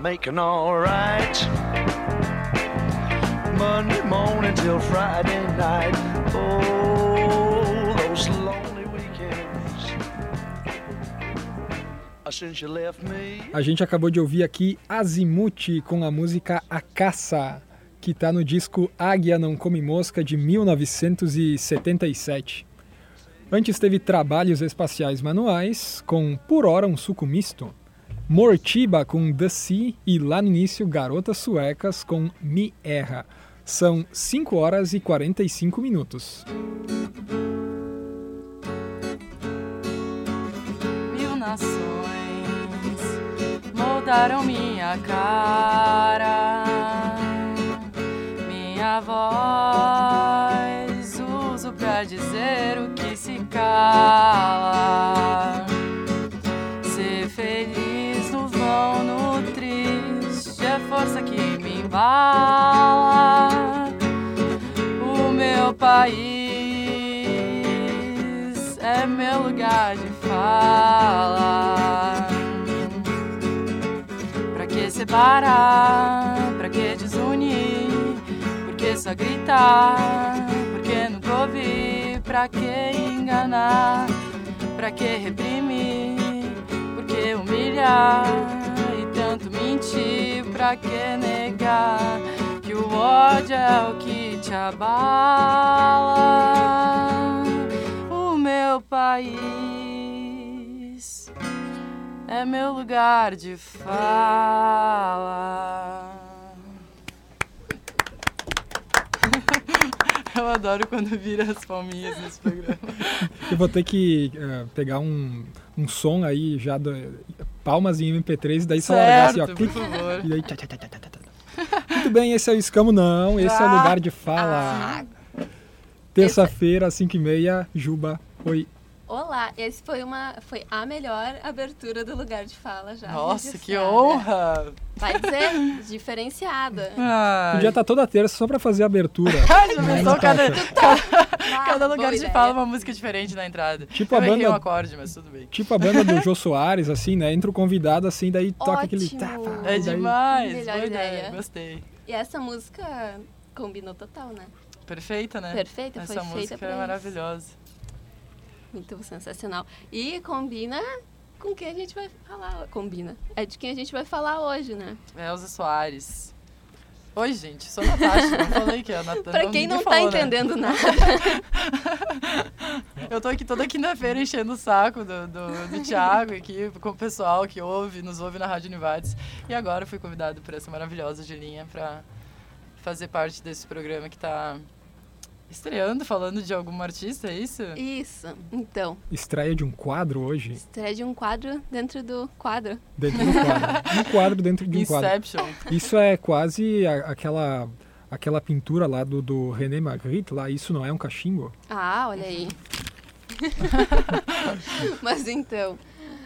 making alright. Monday morning till Friday night. Oh, those lonely weekends. Since you left me. A gente acabou de ouvir aqui Azimuth com a música A Caça, que está no disco Águia Não Come Mosca, de 1977. Antes teve Trabalhos Espaciais Manuais, com Por Hora um Suco Misto, Mortiba com The Sea e lá no início Garotas Suecas com Me Erra. São 5 horas e 45 minutos. Mil nações moldaram minha cara, minha voz uso pra dizer o que se cala. Ser feliz no vão, no triste, é força que me embala. O meu país é meu lugar de fala. Pra que separar? Pra que desunir? Por que só gritar? Por que nunca ouvir? Pra que enganar? Pra que reprimir? Por que humilhar? E tanto mentir? Pra que negar? Que o ódio é o que te abala. O meu país é meu lugar de fala. Eu adoro quando vira as palminhas nesse programa. Eu vou ter que pegar um som aí já, palmas em MP3, e daí só largar assim, ó. Por favor. E daí, tchá, tchá, tchá, tchá, tchá. Muito bem, esse é o Escamo Não, esse é o lugar de fala. Terça-feira, às 5h30, Juba, oi. Olá, esse foi a melhor abertura do lugar de fala já. Nossa, que registrada. honra! Vai dizer, diferenciada. Podia estar toda terça só pra fazer a abertura. Já pensou cada lugar boa de ideia. fala uma música diferente na entrada. Tipo Eu a errei banda- um acorde, mas tudo bem. Tipo a banda do Jô Soares, assim, né? Entra o convidado, assim, daí toca aquele... Ótimo. É daí- demais, Melhor boa ideia. ideia, gostei. E essa música combinou total, né? Perfeita, né? Perfeita, Essa foi feita música pra é isso. maravilhosa. Muito sensacional. E combina com quem a gente vai falar. Combina. É de quem a gente vai falar hoje, né? Elza Soares. Oi, gente, sou a Natasha. Não falei que é a Natasha. Pra quem não tá entendendo nada. Eu tô aqui toda quinta-feira enchendo o saco do Thiago aqui, com o pessoal que nos ouve na Rádio Univates. E agora fui convidado por essa maravilhosa Julinha pra fazer parte desse programa que tá estreando, falando de algum artista, é isso? Isso. Então, Estreia de um quadro hoje, estreia de um quadro dentro do quadro. dentro do quadro. Um quadro dentro de um quadro. Inception. Isso é quase aquela pintura lá do René Magritte, lá, Isso Não É um Cachimbo? Ah, olha aí. Mas então,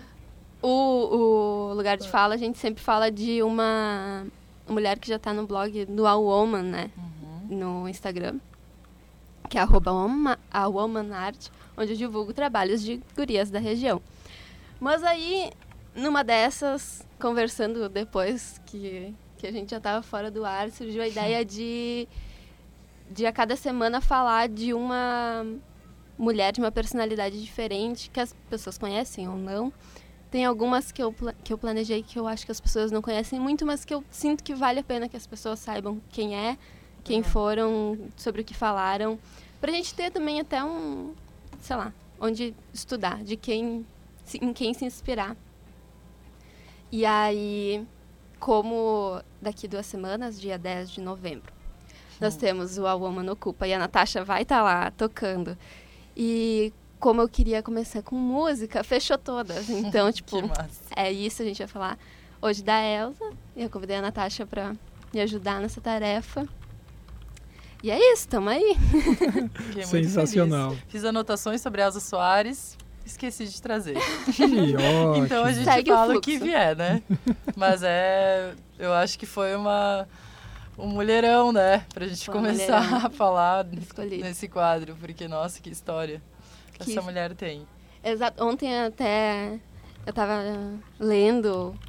o lugar de fala, a gente sempre fala de uma mulher que já tá no blog do A Woman, né? No Instagram, que é @awomanart, onde eu divulgo trabalhos de gurias da região. Mas aí, numa dessas, conversando depois que a gente já estava fora do ar, surgiu a ideia de a cada semana falar de uma mulher, de uma personalidade diferente, que as pessoas conhecem ou não. Tem algumas que eu planejei que eu acho que as pessoas não conhecem muito, mas que eu sinto que vale a pena que as pessoas saibam quem é, quem foram, sobre o que falaram, pra gente ter também até sei lá, onde estudar, em quem se inspirar. E aí, como daqui 2 semanas, dia 10 de novembro, nós temos o A Woman Ocupa e a Natasha vai estar lá tocando. E como eu queria começar com música, fechou todas. Então, tipo, Que massa. é isso, a gente vai falar hoje da Elza. E eu convidei a Natasha pra me ajudar nessa tarefa. E é isso, tamo aí. Fiquei muito Sensacional. feliz. Fiz anotações sobre Elza Soares, esqueci de trazer. Que ótimo. Então a gente Segue o fala o fluxo. que vier, né? Mas eu acho que foi um mulherão, né? Pra gente Foi um começar mulherão. a falar Escolhido. nesse quadro, porque, nossa, que história que Que- essa mulher tem. Exato. Ontem até eu tava lendo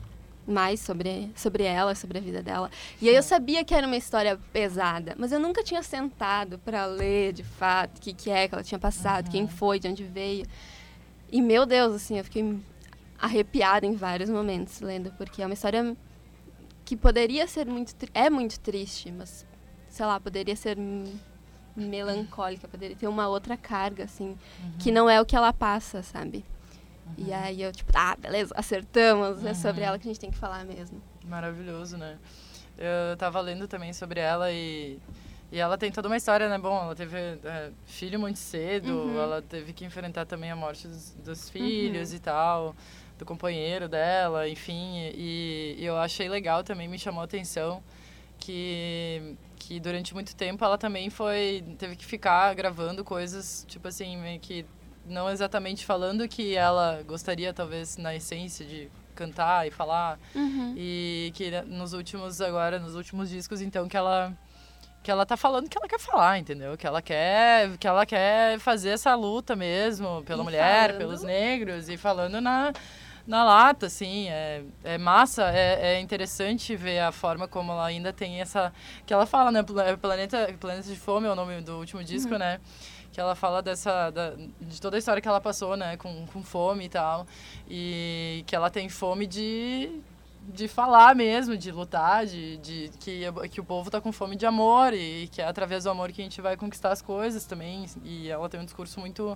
mais sobre ela, sobre a vida dela. E aí eu sabia que era uma história pesada, mas eu nunca tinha sentado para ler, de fato, o que é que ela tinha passado, quem foi, de onde veio. E, meu Deus, assim, eu fiquei arrepiada em vários momentos lendo, porque é uma história que poderia ser muito triste, mas, sei lá, poderia ser melancólica, poderia ter uma outra carga, assim, que não é o que ela passa, sabe? E aí eu, tipo, beleza, acertamos, é sobre ela que a gente tem que falar mesmo. Maravilhoso, né? Eu tava lendo também sobre ela e ela tem toda uma história, né? Bom, ela teve filho muito cedo, ela teve que enfrentar também a morte dos filhos e tal, do companheiro dela, enfim. E eu achei legal também, me chamou a atenção que durante muito tempo ela também teve que ficar gravando coisas, tipo assim, meio que não exatamente falando que ela gostaria, talvez, na essência, de cantar e falar. E que nos últimos discos, então, que ela tá falando que ela quer falar, entendeu? Que ela quer fazer essa luta mesmo pela mulher, pelos negros, e falando na lata, assim. É massa, é interessante ver a forma como ela ainda tem essa... Que ela fala, né? Planeta de Fome é o nome do último disco, né? Que ela fala de toda a história que ela passou, né, com fome e tal, e que ela tem fome de falar mesmo, de lutar, que o povo tá com fome de amor e que é através do amor que a gente vai conquistar as coisas também. E ela tem um discurso muito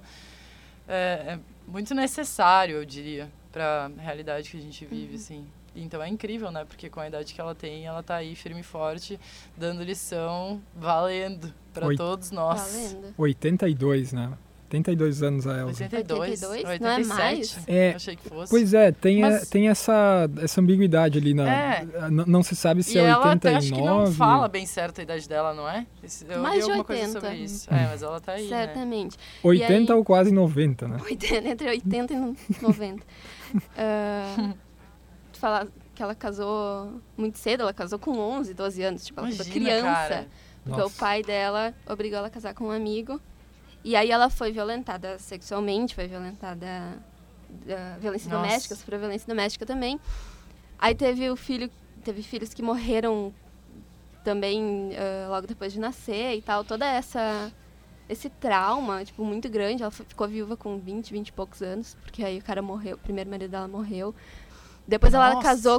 necessário, eu diria, para a realidade que a gente vive, assim. Então é incrível, né? Porque com a idade que ela tem, ela tá aí firme e forte, dando lição, valendo para todos nós. Valendo. 82, né? 82 anos a Elza. 82? 82? Não é mais? Achei que fosse. Pois é, tem essa ambiguidade ali. Não se sabe se é 89... ela acho que não fala bem certo a idade dela, não é? Eu mais vi de alguma 80. coisa sobre isso. Mas ela tá aí, certamente. Né? 80 ou quase 90, né? Entre 80 e 90. Falar que ela casou muito cedo, ela casou com 11, 12 anos, tipo, ela foi criança. Cara. Porque o pai dela obrigou ela a casar com um amigo. E aí ela foi violentada sexualmente, foi violentada da violência doméstica, sofreu violência doméstica também. Aí teve filhos que morreram também logo depois de nascer e tal. Todo esse trauma, tipo, muito grande. Ela ficou viúva com 20 e poucos anos, porque aí o cara morreu, o primeiro marido dela morreu. Depois ela casou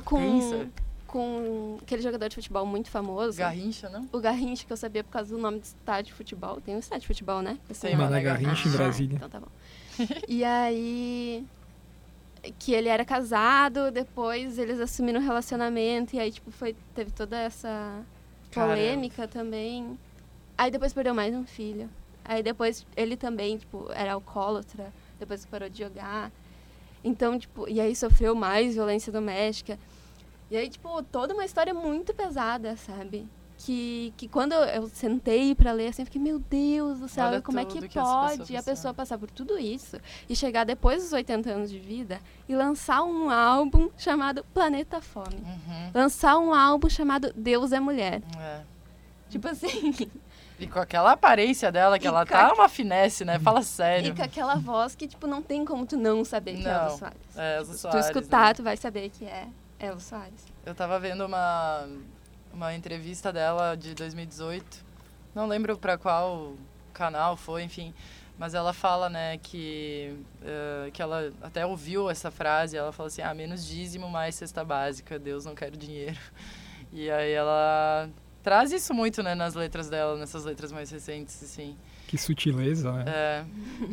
com aquele jogador de futebol muito famoso. Garrincha, não? O Garrincha, que eu sabia por causa do nome do estádio de futebol. Tem um estádio de futebol, né? Tem Mané Garrincha em Brasília. Então tá bom. E aí... Que ele era casado, depois eles assumiram um relacionamento, e aí, tipo, teve toda essa polêmica também. Aí depois perdeu mais um filho. Aí depois ele também, tipo, era alcoólatra, depois parou de jogar. Então, tipo, e aí sofreu mais violência doméstica. E aí, tipo, toda uma história muito pesada, sabe? Que quando eu sentei pra ler, assim, eu fiquei, meu Deus do céu, como é que pode a pessoa passar por tudo isso e chegar depois dos 80 anos de vida e lançar um álbum chamado Planeta Fome. Lançar um álbum chamado Deus é Mulher. Tipo assim... E com aquela aparência dela, que ela tá uma finesse, né? Fala sério. E com aquela voz que, tipo, não tem como tu não saber que é Elza Soares. É Elza Se Soares, tu escutar, né? tu vai saber que é Elza Soares. Eu tava vendo uma entrevista dela de 2018. Não lembro pra qual canal foi, enfim. Mas ela fala, né, que ela até ouviu essa frase. Ela fala assim, menos dízimo, mais cesta básica. Deus não quer dinheiro. E aí ela... traz isso muito, né, nas letras dela, nessas letras mais recentes, assim. Que sutileza, né?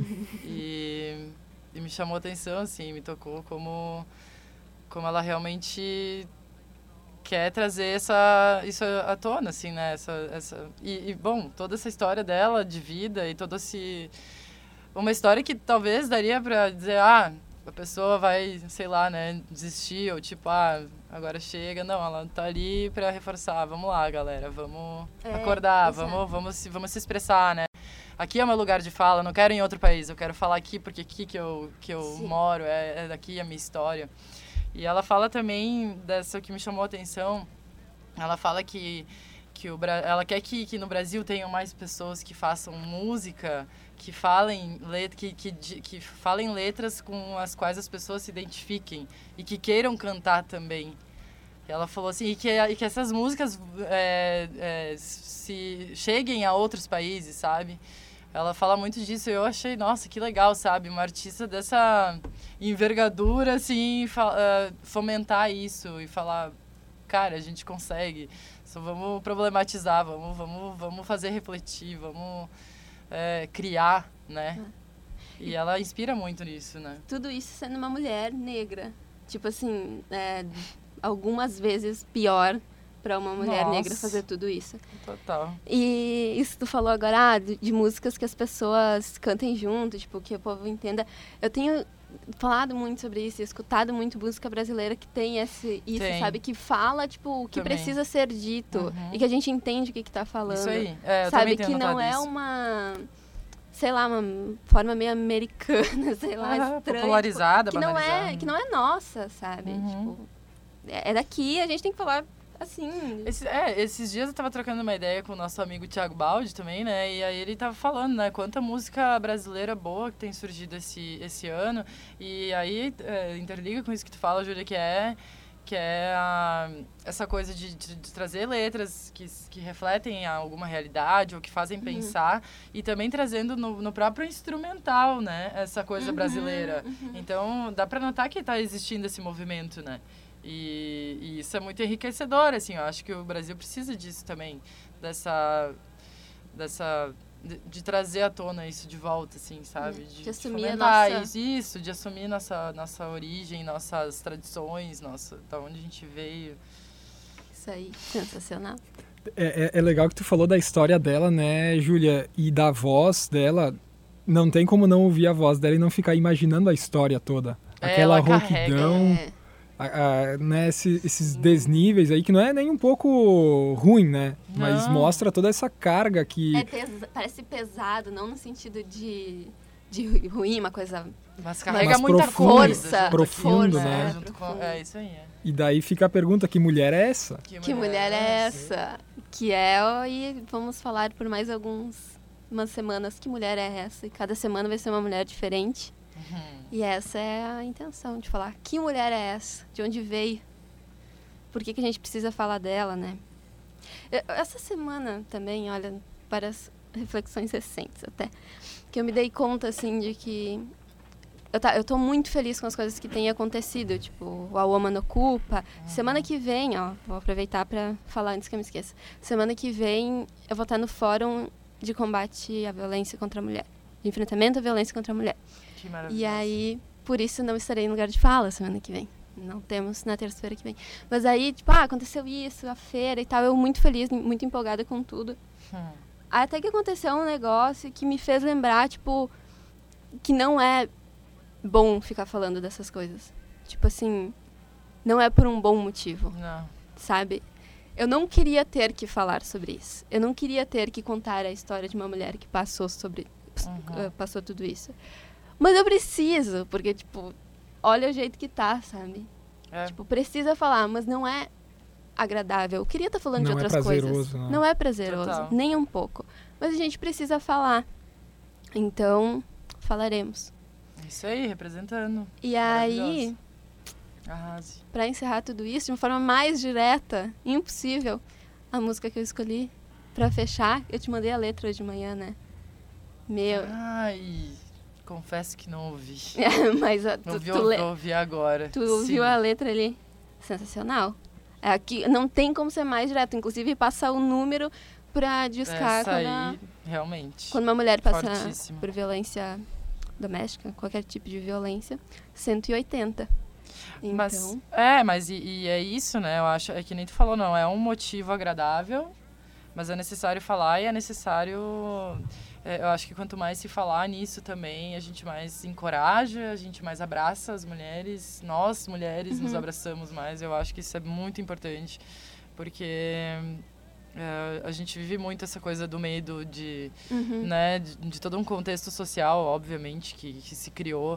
E me chamou a atenção, assim, me tocou como ela realmente quer trazer isso à tona, assim, né? Bom, toda essa história dela, de vida, e uma história que talvez daria pra dizer, a pessoa vai, sei lá, né, desistir, ou tipo, agora chega. Não, ela tá ali pra reforçar. Vamos lá, galera, vamos acordar, vamos se expressar, né? Aqui é o meu lugar de fala, não quero ir em outro país, eu quero falar aqui porque aqui que eu moro, é daqui a minha história. E ela fala também dessa que me chamou a atenção, ela fala que ela quer que no Brasil tenham mais pessoas que façam música, que falem letras com as quais as pessoas se identifiquem e que queiram cantar também. E ela falou assim, e que essas músicas se cheguem a outros países, sabe? Ela fala muito disso e eu achei, nossa, que legal, sabe? Uma artista dessa envergadura, assim, fomentar isso e falar, cara, a gente consegue, só vamos problematizar, vamos fazer refletir, vamos criar, né? E ela inspira muito nisso, né? Tudo isso sendo uma mulher negra. Tipo assim, algumas vezes pior para uma mulher negra fazer tudo isso. Total. E isso tu falou agora, de músicas que as pessoas cantem junto, tipo, que o povo entenda. Eu tenho falado muito sobre isso, escutado muito música brasileira que tem sabe? Que fala, tipo, o que precisa ser dito. E que a gente entende o que tá falando. Isso aí. Eu sabe? Que não é isso. uma... sei lá, uma forma meio americana, sei lá, estranha. Popularizada, tipo, banalizada. que não é nossa, sabe? Tipo, é daqui, a gente tem que falar assim. Esses dias eu tava trocando uma ideia com o nosso amigo Thiago Baldi também, né? E aí ele tava falando, né? Quanta música brasileira boa que tem surgido esse ano. E aí interliga com isso que tu fala, Júlia, que é essa coisa de trazer letras que refletem alguma realidade ou que fazem pensar, e também trazendo no próprio instrumental, né, essa coisa brasileira. Então, dá para notar que está existindo esse movimento, né? E isso é muito enriquecedor, assim, eu acho que o Brasil precisa disso também, de trazer à tona isso de volta, assim, sabe? De assumir de assumir nossa origem, nossas tradições, da onde a gente veio. Isso aí, sensacional. É legal que tu falou da história dela, né, Júlia? E da voz dela. Não tem como não ouvir a voz dela e não ficar imaginando a história toda. Aquela rouquidão, né, esses desníveis aí, que não é nem um pouco ruim, né? Mas mostra toda essa carga que... parece pesado, não no sentido de ruim, uma coisa... Mas carrega muita força. Profundo, né? Isso aí, E daí fica a pergunta, que mulher é essa? Que mulher é essa? E vamos falar por mais umas semanas, que mulher é essa? E cada semana vai ser uma mulher diferente. E essa é a intenção, de falar, que mulher é essa? De onde veio? Por que a gente precisa falar dela, né? Essa semana também, olha, várias reflexões recentes até, que eu me dei conta, assim, de que eu tô muito feliz com as coisas que têm acontecido, tipo, o A Woman Ocupa. Semana que vem, vou aproveitar para falar antes que eu me esqueça. Semana que vem eu vou estar no Fórum de Combate à Violência contra a Mulher, de enfrentamento à violência contra a mulher. Que maravilhoso. E aí, por isso não estarei em lugar de fala semana que vem. Não temos na terça-feira que vem. Mas aí, tipo, aconteceu isso, a feira e tal. Eu muito feliz, muito empolgada com tudo. Até que aconteceu um negócio que me fez lembrar, tipo, que não é bom ficar falando dessas coisas. Tipo assim, não é por um bom motivo. Não. Sabe? Eu não queria ter que falar sobre isso. Eu não queria ter que contar a história de uma mulher que passou tudo isso. Mas eu preciso, porque, tipo, olha o jeito que tá, sabe? Tipo, precisa falar, mas não é agradável. Eu queria estar falando de outras coisas. Não é prazeroso, Total. nem um pouco. Mas a gente precisa falar. Então, falaremos. Isso aí, representando. E aí, arrase. Pra encerrar tudo isso, de uma forma mais direta, impossível, a música que eu escolhi pra fechar, eu te mandei a letra hoje de manhã, né? Ai... Confesso que não ouvi. Mas ouvi agora. Tu ouviu a letra ali? Sensacional. Aqui não tem como ser mais direto. Inclusive, passar o número pra discar. Essa aí, realmente. Quando uma mulher passa Fortíssimo. por violência doméstica, qualquer tipo de violência, 180. Então... Mas é isso, né? Eu acho, é que nem tu falou, não. É um motivo agradável, mas é necessário falar e é necessário... eu acho que quanto mais se falar nisso também, a gente mais encoraja, a gente mais abraça as mulheres. Nós, mulheres, nos abraçamos mais. Eu acho que isso é muito importante, porque a gente vive muito essa coisa do medo né, de todo um contexto social, obviamente, que se criou.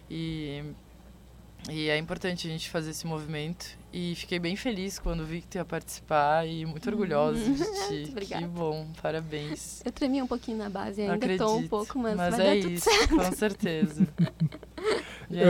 E é importante a gente fazer esse movimento. E fiquei bem feliz quando vi que tu ia participar e muito orgulhosa de ti. Muito obrigada. Que bom, parabéns. Eu tremi um pouquinho na base, ainda Acredito, tô um pouco, mas vai é dar tudo isso, certo. com certeza. E é isso.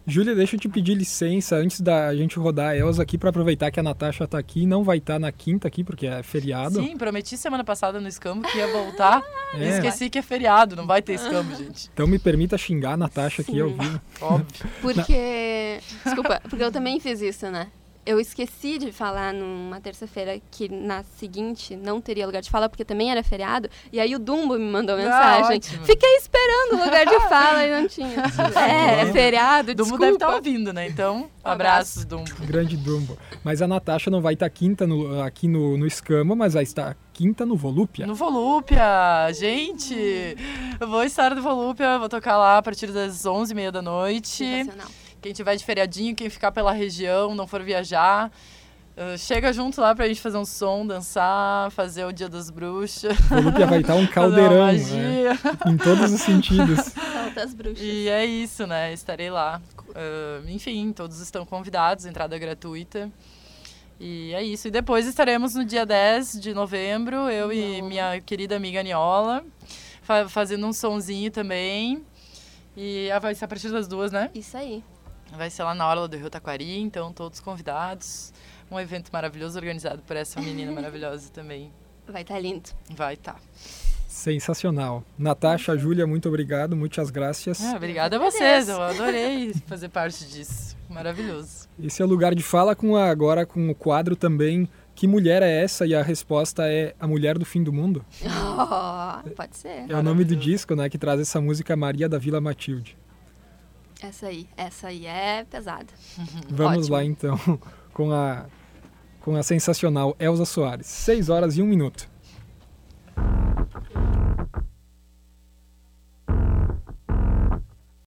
Júlia, deixa eu te pedir licença antes da gente rodar a Elza aqui para aproveitar que a Natasha tá aqui e não vai estar na quinta aqui porque é feriado. Sim, prometi semana passada no Escambo que ia voltar e É. esqueci que é feriado, não vai ter Escambo, gente. Então me permita xingar a Natasha aqui Sim. ao vivo. Óbvio. Porque. Desculpa, porque eu também fiz isso, né? Eu esqueci de falar numa terça-feira que na seguinte não teria lugar de fala, porque também era feriado. E aí o Dumbo me mandou mensagem. Ótimo. Fiquei esperando o lugar de fala e não tinha. É feriado, Dumbo desculpa. deve estar ouvindo, né? Então, abraços, Dumbo. Grande Dumbo. Mas a Natasha não vai estar quinta aqui no Escama, mas vai estar quinta no Volúpia. No Volúpia, gente! Eu vou estar no Volúpia, vou tocar lá a partir das 11h30 da noite. Sensacional. Quem tiver de feriadinho, quem ficar pela região, não for viajar, chega junto lá pra gente fazer um som, dançar, fazer o Dia das Bruxas. Volúpia vai estar um fazer uma caldeirão, né? magia. Em todos os sentidos. Solta as bruxas. E é isso, né? Estarei lá. Enfim, todos estão convidados, entrada gratuita. E é isso. E depois estaremos no dia 10 de novembro, eu e minha querida amiga Niola, fazendo um sonzinho também. E vai ser a partir das 2, né? Isso aí. Vai ser lá na Orla do Rio Taquari, então todos convidados. Um evento maravilhoso organizado por essa menina maravilhosa também. Vai estar lindo. Vai estar. Sensacional. Natasha, Júlia, muito obrigado, muitas gracias. Obrigada a vocês, eu adorei fazer parte disso. Maravilhoso. Esse é o lugar de fala agora com o quadro também Que Mulher é Essa? E a resposta é A Mulher do Fim do Mundo. Oh, pode ser. É o nome do disco, né, que traz essa música Maria da Vila Matilde. Essa aí é pesada. Vamos Ótimo. lá então com a sensacional Elza Soares. 6 horas e 1 minuto.